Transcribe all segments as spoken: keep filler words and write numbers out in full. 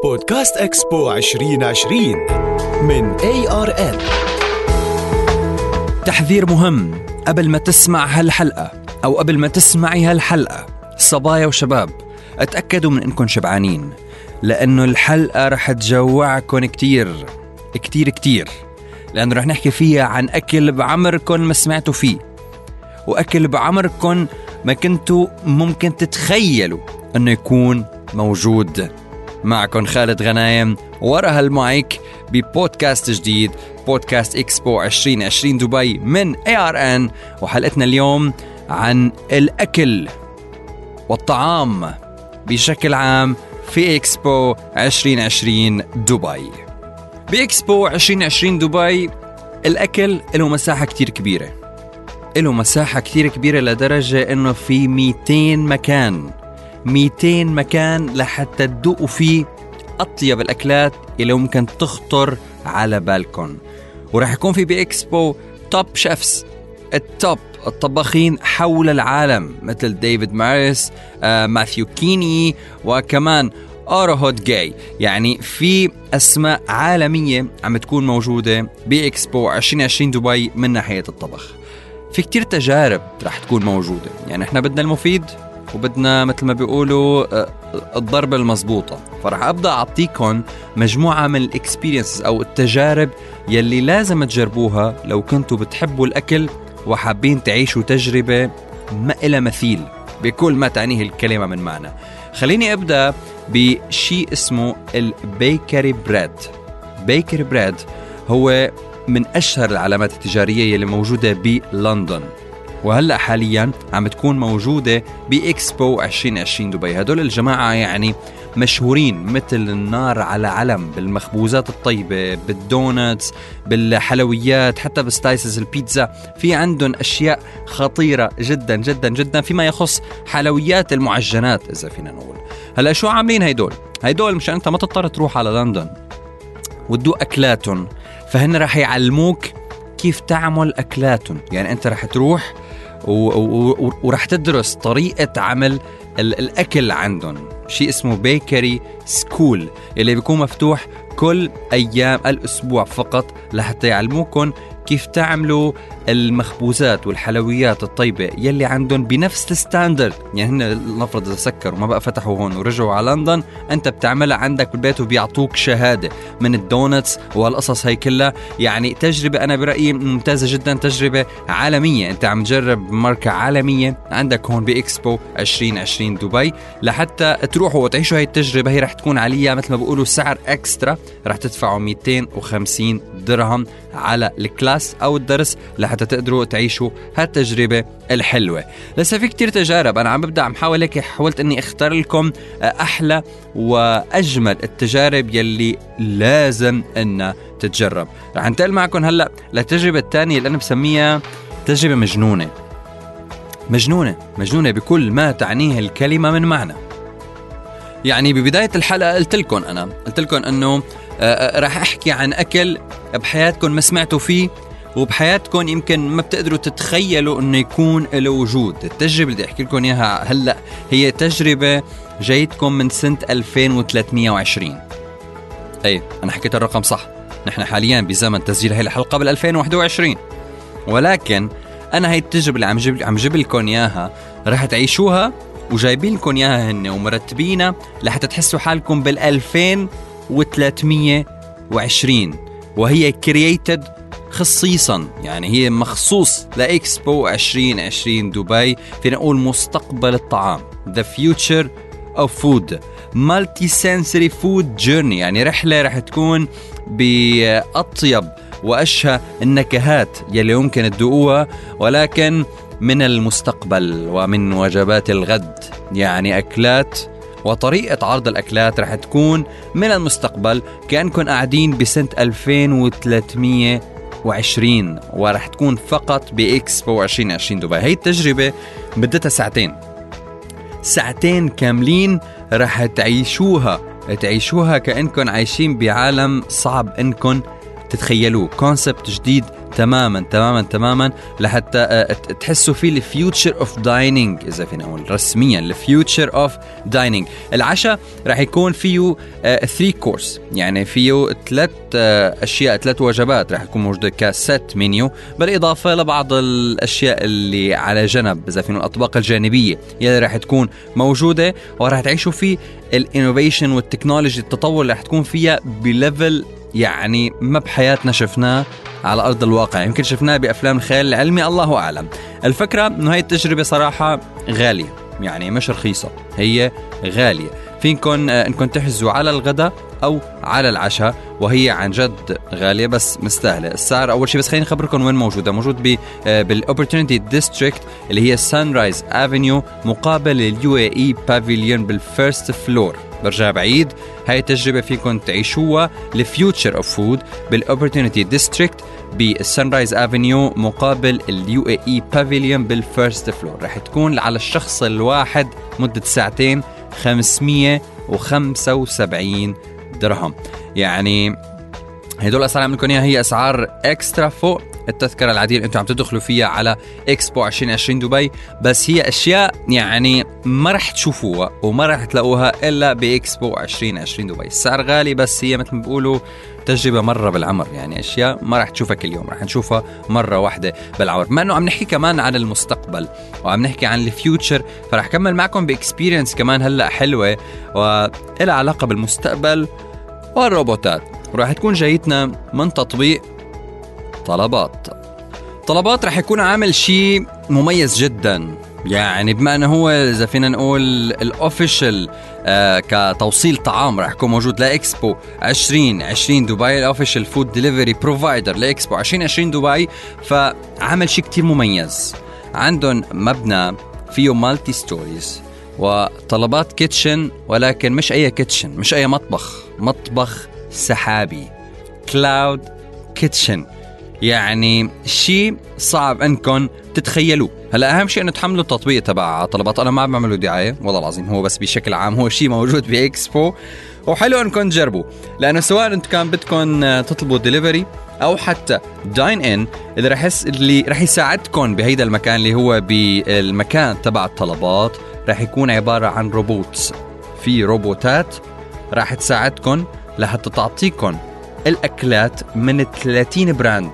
بودكاست إكسبو عشرين عشرين من إيه آر إن. تحذير مهم قبل ما تسمع هالحلقة أو قبل ما تسمعي هالحلقة، صبايا وشباب اتأكدوا من إنكم شبعانين، لأنه الحلقة رح تجوعكم كتير كتير كتير، لأنه رح نحكي فيها عن أكل بعمركم ما سمعتوا فيه، وأكل بعمركم ما كنتوا ممكن تتخيلوا أنه يكون موجود. معكم خالد غنايم ورا هالمايك ببودكاست جديد، بودكاست إكسبو عشرين عشرين دبي من إيه آر إن، وحلقتنا اليوم عن الأكل والطعام بشكل عام في إكسبو عشرين عشرين دبي. بإكسبو عشرين عشرين دبي الأكل له مساحة كتير كبيرة، له مساحة كتير كبيرة لدرجة إنه في مئتين مكان مئتين مكان لحتى تدوقوا فيه أطيب الأكلات اللي ممكن تخطر على بالكم. وراح يكون في بإكسبو توب شيفس، التوب الطباخين حول العالم، مثل ديفيد ماريس، آه، ماثيو كيني، وكمان أوروهود جاي. يعني في أسماء عالمية عم تكون موجودة بإكسبو عشرين عشرين دبي من ناحية الطبخ. في كتير تجارب رح تكون موجودة، يعني احنا بدنا المفيد وبدنا مثل ما بيقولوا الضربة المضبوطة. فرح أبدأ أعطيكم مجموعة من الإكسبيرينسز أو التجارب يلي لازم تجربوها لو كنتوا بتحبوا الأكل وحابين تعيشوا تجربة ما إلها مثيل بكل ما تعنيه الكلمة من معنى. خليني أبدأ بشيء اسمه البيكري بريد. بيكري بريد هو من أشهر العلامات التجارية يلي موجودة بلندن، وهلأ حالياً عم تكون موجودة بإكسبو عشرين عشرين دبي. هدول الجماعة يعني مشهورين مثل النار على علم بالمخبوزات الطيبة، بالدونتس، بالحلويات، حتى بستايسز البيتزا. في عندهم أشياء خطيرة جداً جداً جداً فيما يخص حلويات المعجنات إذا فينا نقول. هلأ شو عاملين هيدول؟ هيدول مشان أنت ما تضطر تروح على لندن وتدوق أكلاتهم، فهن رح يعلموك كيف تعمل أكلاتهم. يعني أنت رح تروح ورح تدرس طريقة عمل الأكل عندهم، شيء اسمه بيكري سكول اللي بيكون مفتوح كل أيام الأسبوع فقط لحتى يعلموكم كيف تعملوا المخبوزات والحلويات الطيبة يلي عندهم بنفس الستاندرد. يعني هن نفرض إذا سكروا ما بقى فتحوا هون ورجعوا على لندن، أنت بتعملها عندك بالبيت وبيعطوك شهادة من الدونتس والقصص هاي كلها. يعني تجربة أنا برأيي ممتازة جدا، تجربة عالمية. أنت عم تجرب ماركة عالمية عندك هون بإكسبو عشرين عشرين دبي. لحتى تروحوا وتعيشوا هاي التجربة هي رح تكون عليها مثل ما بيقولوا سعر إكسترا، رح تدفعوا مئتين وخمسين درهم على الكلاس أو الدرس لحتى تقدروا تعيشوا هالتجربة الحلوة. لسه في كتير تجارب، أنا عم ببدأ عم حاول هيك حاولت أني اختار لكم أحلى وأجمل التجارب يلي لازم أن تتجرب. رح ننتقل معكم هلأ للتجربة الثانية اللي أنا بسميها تجربة مجنونة مجنونة مجنونة بكل ما تعنيه الكلمة من معنى. يعني ببداية الحلقة قلت لكم أنا قلت لكم أنه آه راح أحكي عن أكل بحياتكم ما سمعتوا فيه، وبحياتكم يمكن ما بتقدروا تتخيلوا أنه يكون له وجود. التجربة اللي أحكي لكم إياها هلأ هي تجربة جايتكم من سنة ألفين وثلاثمية وعشرين. أي أنا حكيت الرقم صح، نحن حاليا بزمن تسجيل هاي الحلقة بال ألفين وواحد وعشرين، ولكن أنا هاي التجربة اللي عم جيب عم جيب لكم إياها رح تعيشوها وجايبين لكم إياها هن ومرتبينها لحتى تحسوا حالكم بال ألفين وثلاثمية وعشرين، وهي كرييتد خصيصا، يعني هي مخصوص لإكسبو عشرين عشرين دبي. فينا نقول مستقبل الطعام، The Future of Food Multi-Sensory Food Journey. يعني رحلة رح تكون بأطيب وأشهى النكهات يلي ممكن تدوقوها، ولكن من المستقبل ومن وجبات الغد. يعني أكلات وطريقة عرض الأكلات رح تكون من المستقبل، كأنكم قاعدين بسنة ألفين وثلاثمية وعشرين، ورح تكون فقط بإكسبو عشرين عشرين دبي. هاي التجربة مدتها ساعتين ساعتين كاملين رح تعيشوها تعيشوها كأنكم عايشين بعالم صعب إنكم تتخيلوه كونسبت جديد تماما تماما تماما لحتى تحسوا فيه الفيوتشر اوف دايننج، اذا فينا نقول رسميا الفيوتشر اوف دايننج. العشاء راح يكون فيه ثري كورس، يعني فيه ثلاث اشياء، ثلاث وجبات راح يكون موجوده كست منيو، بالاضافه لبعض الاشياء اللي على جنب، اذا فينا الاطباق الجانبيه يلي راح تكون موجوده، وراح تعيشوا فيه الانوفيشن والتكنولوجي، التطور اللي راح تكون فيها بليفل يعني ما بحياتنا شفناه على أرض الواقع، يمكن شفناه بأفلام الخيال العلمي، الله أعلم. الفكرة أنه هاي التجربة صراحة غالية، يعني مش رخيصة، هي غالية. فينكن أنكم تحجزوا على الغداء أو على العشاء، وهي عن جد غالية بس مستاهلة. السعر أول شيء بس خليني أخبركم وين موجودة. موجود بالأوبورتونيتي ديستريكت اللي هي سانرايز أفينيو مقابل اليو اي اي بافيليون بالفيرست فلور. برجع بعيد، هاي التجربة فيكم تعيشوها لفيوتشر اوف فود بالأوبورتونيتي ديستريكت بالسانرايز أفينيو مقابل اليو اي اي بافيليون بالفيرست فلور. رح تكون على الشخص الواحد مدة ساعتين خمسمية وخمسة وسبعين درهم. يعني هدول الأسعار عم لكم إياها هي أسعار إكسترا فوق التذكرة العادية اللي أنتم عم تدخلوا فيها على إكسبو عشرين عشرين دبي، بس هي أشياء يعني ما رح تشوفوها وما رح تلاقوها إلا بإكسبو عشرين عشرين دبي. السعر غالي بس هي مثل ما بيقولوا تجربة مرة بالعمر، يعني أشياء ما رح تشوفها كل يوم، رح نشوفها مرة واحدة بالعمر. ما أنه عم نحكي كمان عن المستقبل وعم نحكي عن الفيوتشر، فرح كمل معكم بإكسبيرينس كمان هلأ حلوة وإلها علاقة بالمستقبل والروبوتات. وراح تكون جايتنا من تطبيق طلبات. طلبات راح يكون عامل شيء مميز جدا، يعني بما انه هو اذا فينا نقول الاوفيشال آه كتوصيل طعام راح يكون موجود لاكسبو عشرين عشرين دبي، الاوفيشال فود ديليفري بروفايدر لاكسبو عشرين عشرين دبي. فعمل شيء كتير مميز، عندهم مبنى فيه مالتي ستوريز وطلبات كيتشن، ولكن مش اي كيتشن، مش اي مطبخ، مطبخ سحابي، كلاود كيتشن. يعني شيء صعب انكم تتخيلوه. هلا اهم شيء انه تحملوا التطبيق تبع طلبات. انا ما عم بعمله دعايه والله العظيم، هو بس بشكل عام هو شيء موجود باكسبو، وحلو انكم تجربوا، لانه سواء انتم كان بدكم تطلبوا ديليفري او حتى داين ان، اللي رح يس... اللي رح يساعدكم بهيدا المكان اللي هو بالمكان تبع الطلبات، رح يكون عباره عن روبوتس. في روبوتات رح تساعدكم لحتى تعطيكم الأكلات من ثلاثين براند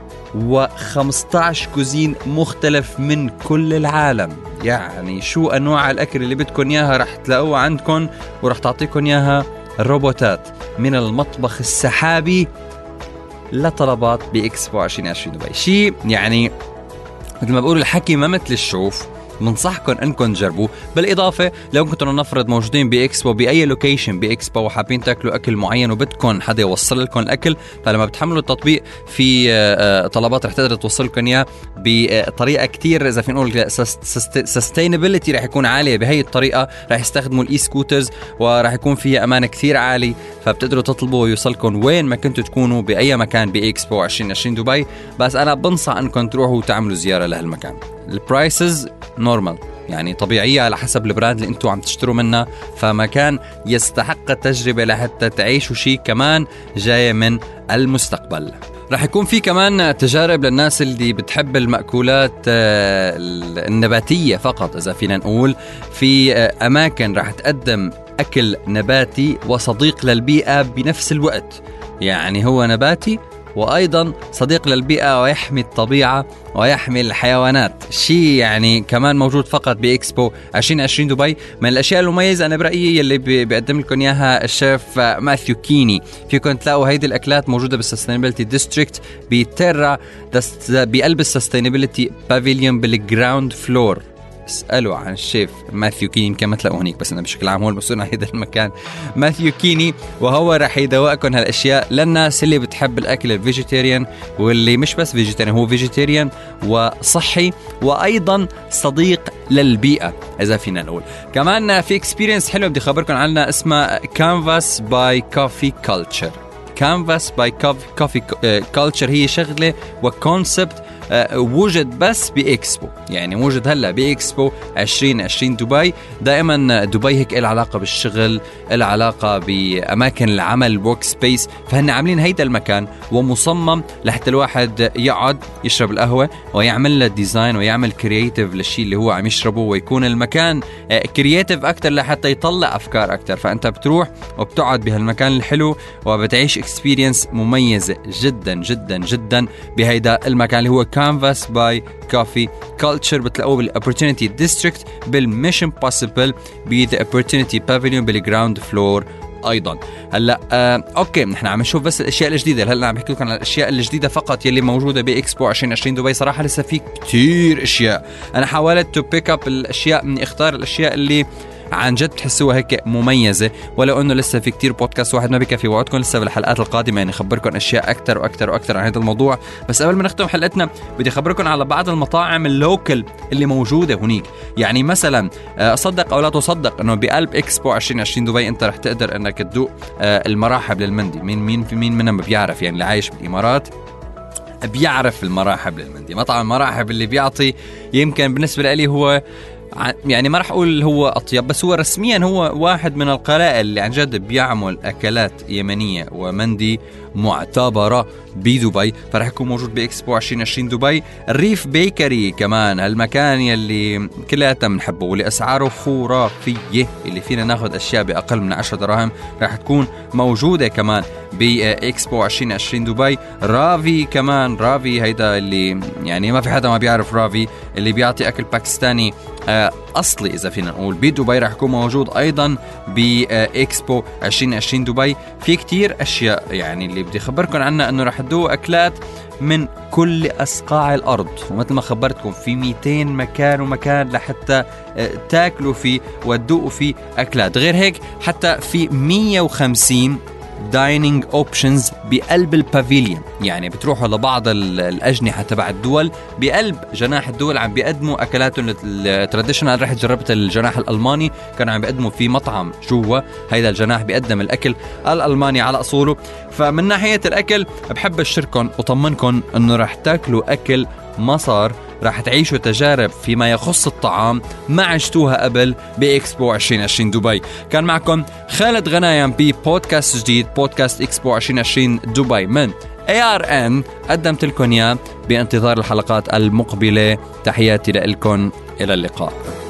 وخمسة عشر كوزين مختلف من كل العالم. يعني شو أنواع الأكل اللي بدكم إياها رح تلاقوها عندكم، ورح تعطيكم إياها الروبوتات من المطبخ السحابي لطلبات بإكسبو عشرين عشرين دبي. شيء يعني مثل ما بقول الحكي ما مثل الشوف، منصحكم انكم تجربوه. بالاضافه لو كنتوا نفرض موجودين باكسبو باي لوكيشن باكسبو وحابين تاكلوا اكل معين وبدكم حدا يوصل لكم الاكل، فلما بتحملوا التطبيق في طلبات رح تقدر توصل لكم اياه بطريقه كتير اذا فينا نقول سستينابيلتي رح يكون عاليه. بهي الطريقه رح يستخدموا الاي سكوترز ورح يكون فيها امان كتير عالي، فبتقدروا تطلبوا ويوصلكم وين ما كنتوا تكونوا باي مكان باكسبو عشرين عشرين دبي. بس انا بنصح انكم تروحوا وتعملوا زياره لهالمكان. البرايسز نورمال، يعني طبيعية على حسب البراند اللي انتوا عم تشتروا منها، فمكان يستحق التجربة لحتى تعيشوا شيء كمان جاي من المستقبل. رح يكون في كمان تجارب للناس اللي بتحب المأكولات النباتية فقط، إذا فينا نقول في أماكن رح تقدم أكل نباتي وصديق للبيئة بنفس الوقت. يعني هو نباتي وأيضا صديق للبيئة ويحمي الطبيعة ويحمي الحيوانات. شيء يعني كمان موجود فقط بإكسبو عشرين عشرين دبي. من الأشياء المميزة أنا برأيي اللي بيقدم لكم إياها الشيف ماثيو كيني، فيكم تلاقوا هيدي الأكلات موجودة بالسستينابيلتي ديستريكت بتيرا بقلب السستينابيلتي بافيليون بالجراوند فلور. اسألوا عن الشيف ماثيو كيني، يمكن ما تلاقوه هنيك، بس أنا بشكل عام هو المسؤول عن هذا المكان ماثيو كيني، وهو رح يدوقكم هالأشياء للناس اللي بتحب الأكل الفيجيتيريان، واللي مش بس فيجيتيريان، هو فيجيتيريان وصحي وأيضا صديق للبيئة إذا فينا نقول. كمان في اكسبيرينس حلوة بدي خبركم عنها اسمها كانفاس باي كوفي كلتشر. كانفاس باي كوفي كلتشر هي شغلة وكونسبت آه وجد بس بإكسبو، يعني موجود هلا بإكسبو عشرين عشرين دبي. دائما دبي هيك إلها علاقة بالشغل، إلها علاقة بأماكن العمل، ورك سبيس، فهن عاملين هيدا المكان ومصمم لحتى الواحد يقعد يشرب القهوة ويعمل له ديزاين ويعمل كرياتيف للشيء اللي هو عم يشربه، ويكون المكان كرياتيف أكتر لحتى يطلع أفكار أكتر. فأنت بتروح وبتقعد بهالمكان الحلو وبتعيش اكسبيرينس مميزة جدا جدا جدا بهيدا المكان اللي هو كانفاس باي كوفي كلتشر. بتلاقوه بالأوبورتونيتي ديستريكت، بالميشن بوسيبل، بذا اوبورتونيتي بافيليون، بالجراوند فلور ايضا. هلا آه، اوكي نحن عم نشوف بس الاشياء الجديده. هلا عم بحكي لكم عن الاشياء الجديده فقط يلي موجوده باكسبو عشرين عشرين دبي. صراحه لسه في كتير اشياء، انا حاولت تو بيك اب الاشياء، من اختار الاشياء اللي عن جد تحسوها هيك مميزة، ولو انه لسه في كتير بودكاست واحد ما بكفي. وعدكم لسه بالحلقات القادمة يعني خبركم اشياء اكتر واكتر واكتر عن هذا الموضوع. بس قبل ما نختم حلقتنا بدي اخبركم على بعض المطاعم اللوكل اللي موجودة هناك. يعني مثلا اصدق او لا تصدق انه بقلب اكسبو عشرين عشرين دبي انت رح تقدر انك تذوق المراحب للمندي. مين مين في مين منا ما بيعرف، يعني اللي عايش بالامارات بيعرف المراحب للمندي. مطعم المراحب اللي بيعطي يمكن بالنسبة لي هو يعني ما رح أقول هو أطيب، بس هو رسميا هو واحد من القلائل اللي عن جد بيعمل أكلات يمنية ومندي معتبرة بدبي. فرح يكون موجود بإكسبو عشرين عشرين دبي. الريف بيكري كمان، هالمكان يلي كلياتنا بنحبه واللي أسعاره خرافية، اللي فينا ناخد أشياء بأقل من عشرة دراهم، رح تكون موجودة كمان بإكسبو عشرين عشرين دبي. رافي كمان، رافي هيدا اللي يعني ما في حدا ما بيعرف رافي، اللي بيعطي أكل باكستاني أصلي إذا فينا نقول، بدبي رح يكون موجود أيضا بإكسبو عشرين عشرين دبي. في كتير أشياء يعني اللي بدي خبركم عنها، أنه رح تدوقوا أكلات من كل أصقاع الأرض، ومثل ما خبرتكم في مئتين مكان ومكان لحتى تاكلوا فيه وتدوقوا فيه أكلات. غير هيك حتى في مية وخمسين دايننج اوبشنز بقلب البافيليون، يعني بتروحوا لبعض الأجنحة تبع الدول بقلب جناح الدول عم بيقدموا أكلاتهم التراديشنال. رح جربت الجناح الألماني، كانوا عم بيقدموا في مطعم جوا هيدا الجناح بيقدم الأكل الألماني على أصوله. فمن ناحية الأكل بحب أشركن وطمنكن أنه رح تاكلوا أكل مصر، رح تعيشوا تجارب فيما يخص الطعام ما عشتوها قبل بإكسبو عشرين عشرين دبي. كان معكم خالد غنايم ببودكاست جديد، بودكاست إكسبو عشرين عشرين دبي من إيه آر إن. قدمت لكم إياه بانتظار الحلقات المقبلة. تحياتي لكم، إلى اللقاء.